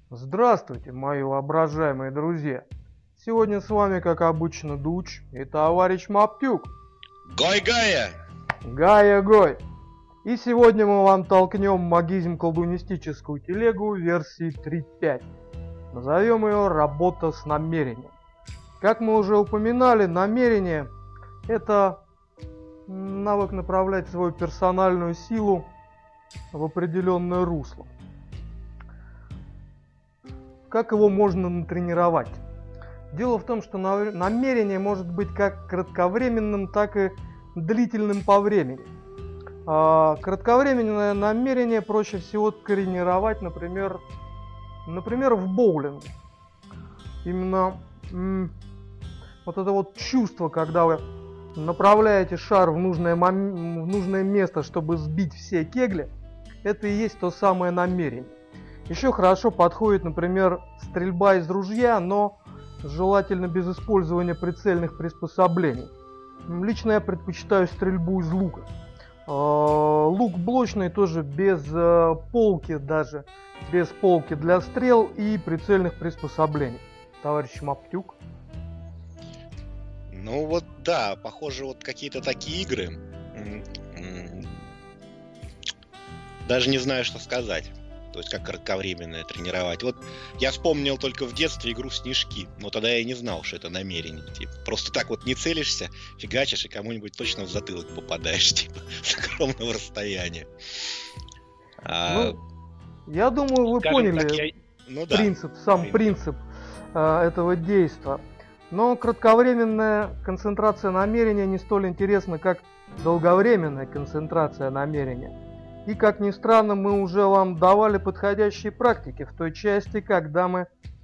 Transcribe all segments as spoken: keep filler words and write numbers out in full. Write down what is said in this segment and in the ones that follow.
Здравствуйте, мои воображаемые друзья! Сегодня с вами, как обычно, Дуч и товарищ Маптюк. Гой-гая! Гая-гой! И сегодня мы вам толкнем магизм-колдунистическую телегу версии три точка пять. Назовем ее «Работа с намерением». Как мы уже упоминали, намерение – это навык направлять свою персональную силу в определенное русло. Как его можно натренировать? Дело в том, что намерение может быть как кратковременным, так и длительным по времени. А кратковременное намерение проще всего тренировать, например, например, в боулинге. Именно м- вот это вот чувство, когда вы направляете шар в нужное, мом- в нужное место, чтобы сбить все кегли, это и есть то самое намерение. Еще хорошо подходит, например, стрельба из ружья, но желательно без использования прицельных приспособлений. Лично я предпочитаю стрельбу из лука. Лук блочный тоже без полки, даже без полки для стрел и прицельных приспособлений. Товарищ Маптюк. Ну вот да, похоже, вот какие-то такие игры. Даже не знаю, что сказать. То есть как кратковременное тренировать. Вот я вспомнил только в детстве игру «Снежки», но тогда я не знал, что это намерение. Типа, просто так вот не целишься, фигачишь и кому-нибудь точно в затылок попадаешь, типа, с огромного расстояния. А... Ну, я думаю, вы поняли так, я... ну, да. принцип, сам принцип, принцип э, этого действия. Но кратковременная концентрация намерения не столь интересна, как долговременная концентрация намерения. И, как ни странно, мы уже вам давали подходящие практики в той части, когда мы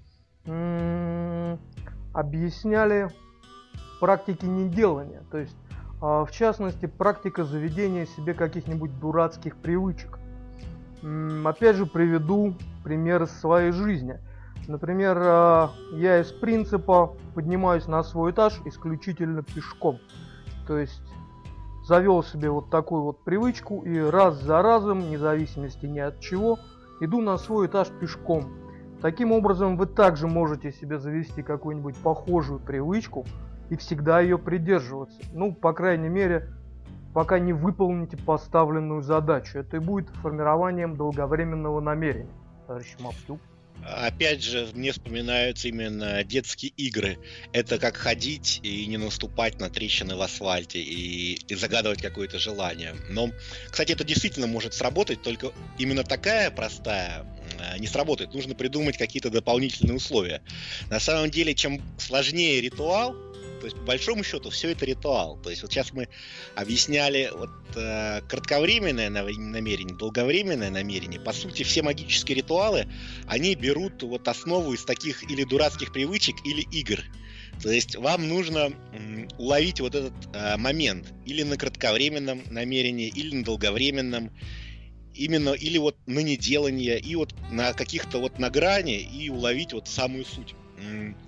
м-м, объясняли практики неделания. То есть, э, в частности, практика заведения себе каких-нибудь дурацких привычек. М-м, опять же, приведу пример из своей жизни. Например, э, я из принципа поднимаюсь на свой этаж исключительно пешком. То есть завел себе вот такую вот привычку и раз за разом, вне зависимости ни от чего, иду на свой этаж пешком. Таким образом, вы также можете себе завести какую-нибудь похожую привычку и всегда ее придерживаться. Ну, по крайней мере, пока не выполните поставленную задачу. Это и будет формированием долговременного намерения, товарищ Маптюк. Опять же, мне вспоминаются именно детские игры. Это как ходить и не наступать на трещины в асфальте и, и загадывать какое-то желание. Но, кстати, это действительно может сработать, только именно такая простая не сработает. Нужно придумать какие-то дополнительные условия. На самом деле, чем сложнее ритуал, то есть, по большому счету, все это ритуал. То есть, вот сейчас мы объясняли вот, э, кратковременное намерение, долговременное намерение. По сути, все магические ритуалы, они берут вот основу из таких или дурацких привычек, или игр. То есть, вам нужно м, уловить вот этот э, момент или на кратковременном намерении, или на долговременном, именно, или вот на неделание, и вот на каких-то вот на грани, и уловить вот самую суть. М,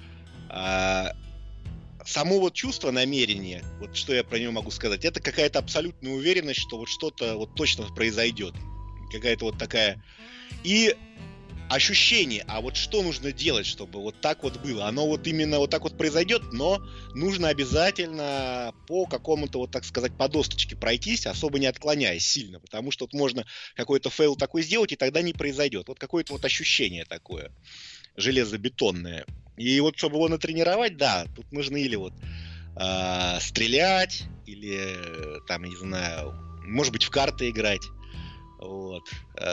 а, Само вот чувство намерения, вот что я про него могу сказать, это какая-то абсолютная уверенность, что вот что-то вот точно произойдет. Какая-то вот такая... И ощущение, а вот что нужно делать, чтобы вот так вот было. Оно вот именно вот так вот произойдет, но нужно обязательно по какому-то, вот так сказать, по досточке пройтись, особо не отклоняясь сильно, потому что вот можно какой-то фейл такой сделать, и тогда не произойдет. Вот какое-то вот ощущение такое железобетонное. И вот чтобы его натренировать, да, тут нужно или вот э, стрелять, или там, не знаю, может быть, в карты играть. Вот.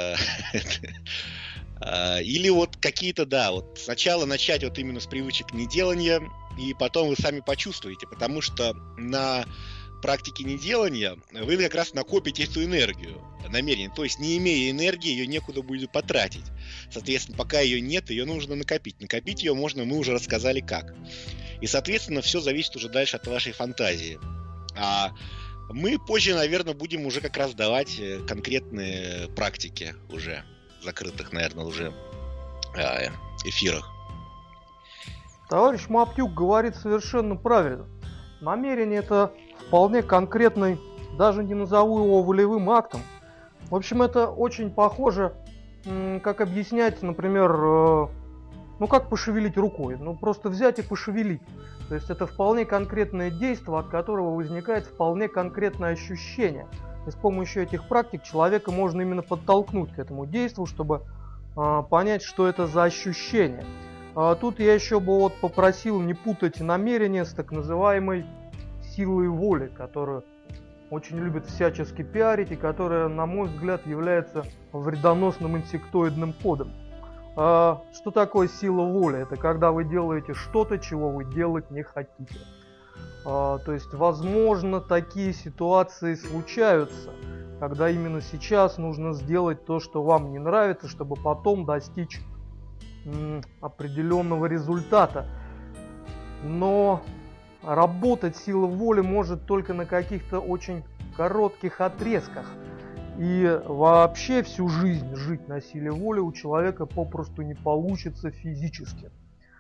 Или вот какие-то, да, вот сначала начать вот именно с привычек неделания, и потом вы сами почувствуете, потому что на практике неделания вы как раз накопите эту энергию, намерение. То есть, не имея энергии, ее некуда будет потратить. Соответственно, пока ее нет, ее нужно накопить. Накопить ее можно, мы уже рассказали как. И, соответственно, все зависит уже дальше от вашей фантазии. А мы позже, наверное, будем уже как раз давать конкретные практики уже в закрытых, наверное, уже эфирах. Товарищ Маптюк говорит совершенно правильно. Намерение это вполне конкретный, даже не назову его волевым актом. В общем, это очень похоже как объяснять, например, ну как пошевелить рукой? Ну просто взять и пошевелить. То есть это вполне конкретное действие, от которого возникает вполне конкретное ощущение. И с помощью этих практик человека можно именно подтолкнуть к этому действию, чтобы э, понять, что это за ощущение. А тут я еще бы вот попросил не путать намерение с так называемой силой воли, которую очень любят всячески пиарить и которая, на мой взгляд, является вредоносным инсектоидным кодом. А что такое сила воли? Это когда вы делаете что-то, чего вы делать не хотите. А, то есть, возможно, такие ситуации случаются, когда именно сейчас нужно сделать то, что вам не нравится, чтобы потом достичь м, определенного результата. Но работать сила воли может только на каких-то очень коротких отрезках. И вообще всю жизнь жить на силе воли у человека попросту не получится физически.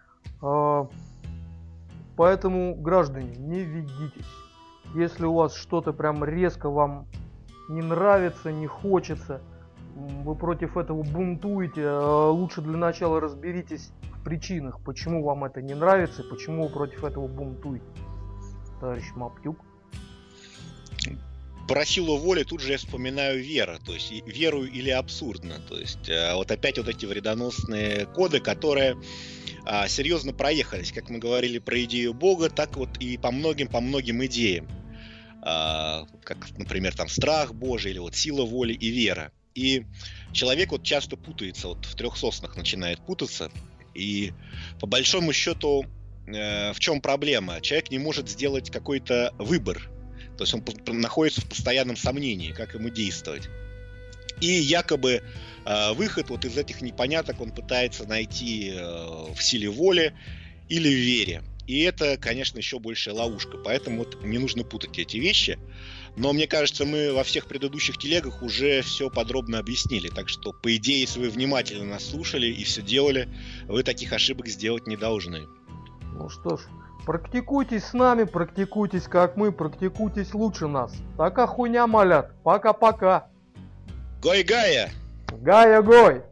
Поэтому, граждане, не ведитесь. Если у вас что-то прям резко вам не нравится, не хочется, вы против этого бунтуете, лучше для начала разберитесь в причинах, почему вам это не нравится и почему вы против этого бунтуете. Товарищ Маптюк. Про силу воли тут же я вспоминаю вера, то есть верую или абсурдно, то есть вот опять вот эти вредоносные коды, которые а, серьезно проехались, как мы говорили про идею Бога, так вот и по многим, по многим идеям, а, как, например, там страх Божий или вот сила воли и вера. И человек вот часто путается, вот в трех соснах начинает путаться, и по большому счету э, в чем проблема? Человек не может сделать какой-то выбор. То есть он находится в постоянном сомнении, как ему действовать. И якобы э, выход вот из этих непоняток он пытается найти э, в силе воли или в вере. И это, конечно, еще большая ловушка. Поэтому вот не нужно путать эти вещи. Но мне кажется, мы во всех предыдущих телегах уже все подробно объяснили. Так что, по идее, если вы внимательно нас слушали и все делали, вы таких ошибок сделать не должны. Ну что ж, практикуйтесь с нами, практикуйтесь как мы, практикуйтесь лучше нас. Такая хуйня, малят. Пока-пока. Гой-гая! Гая-гой!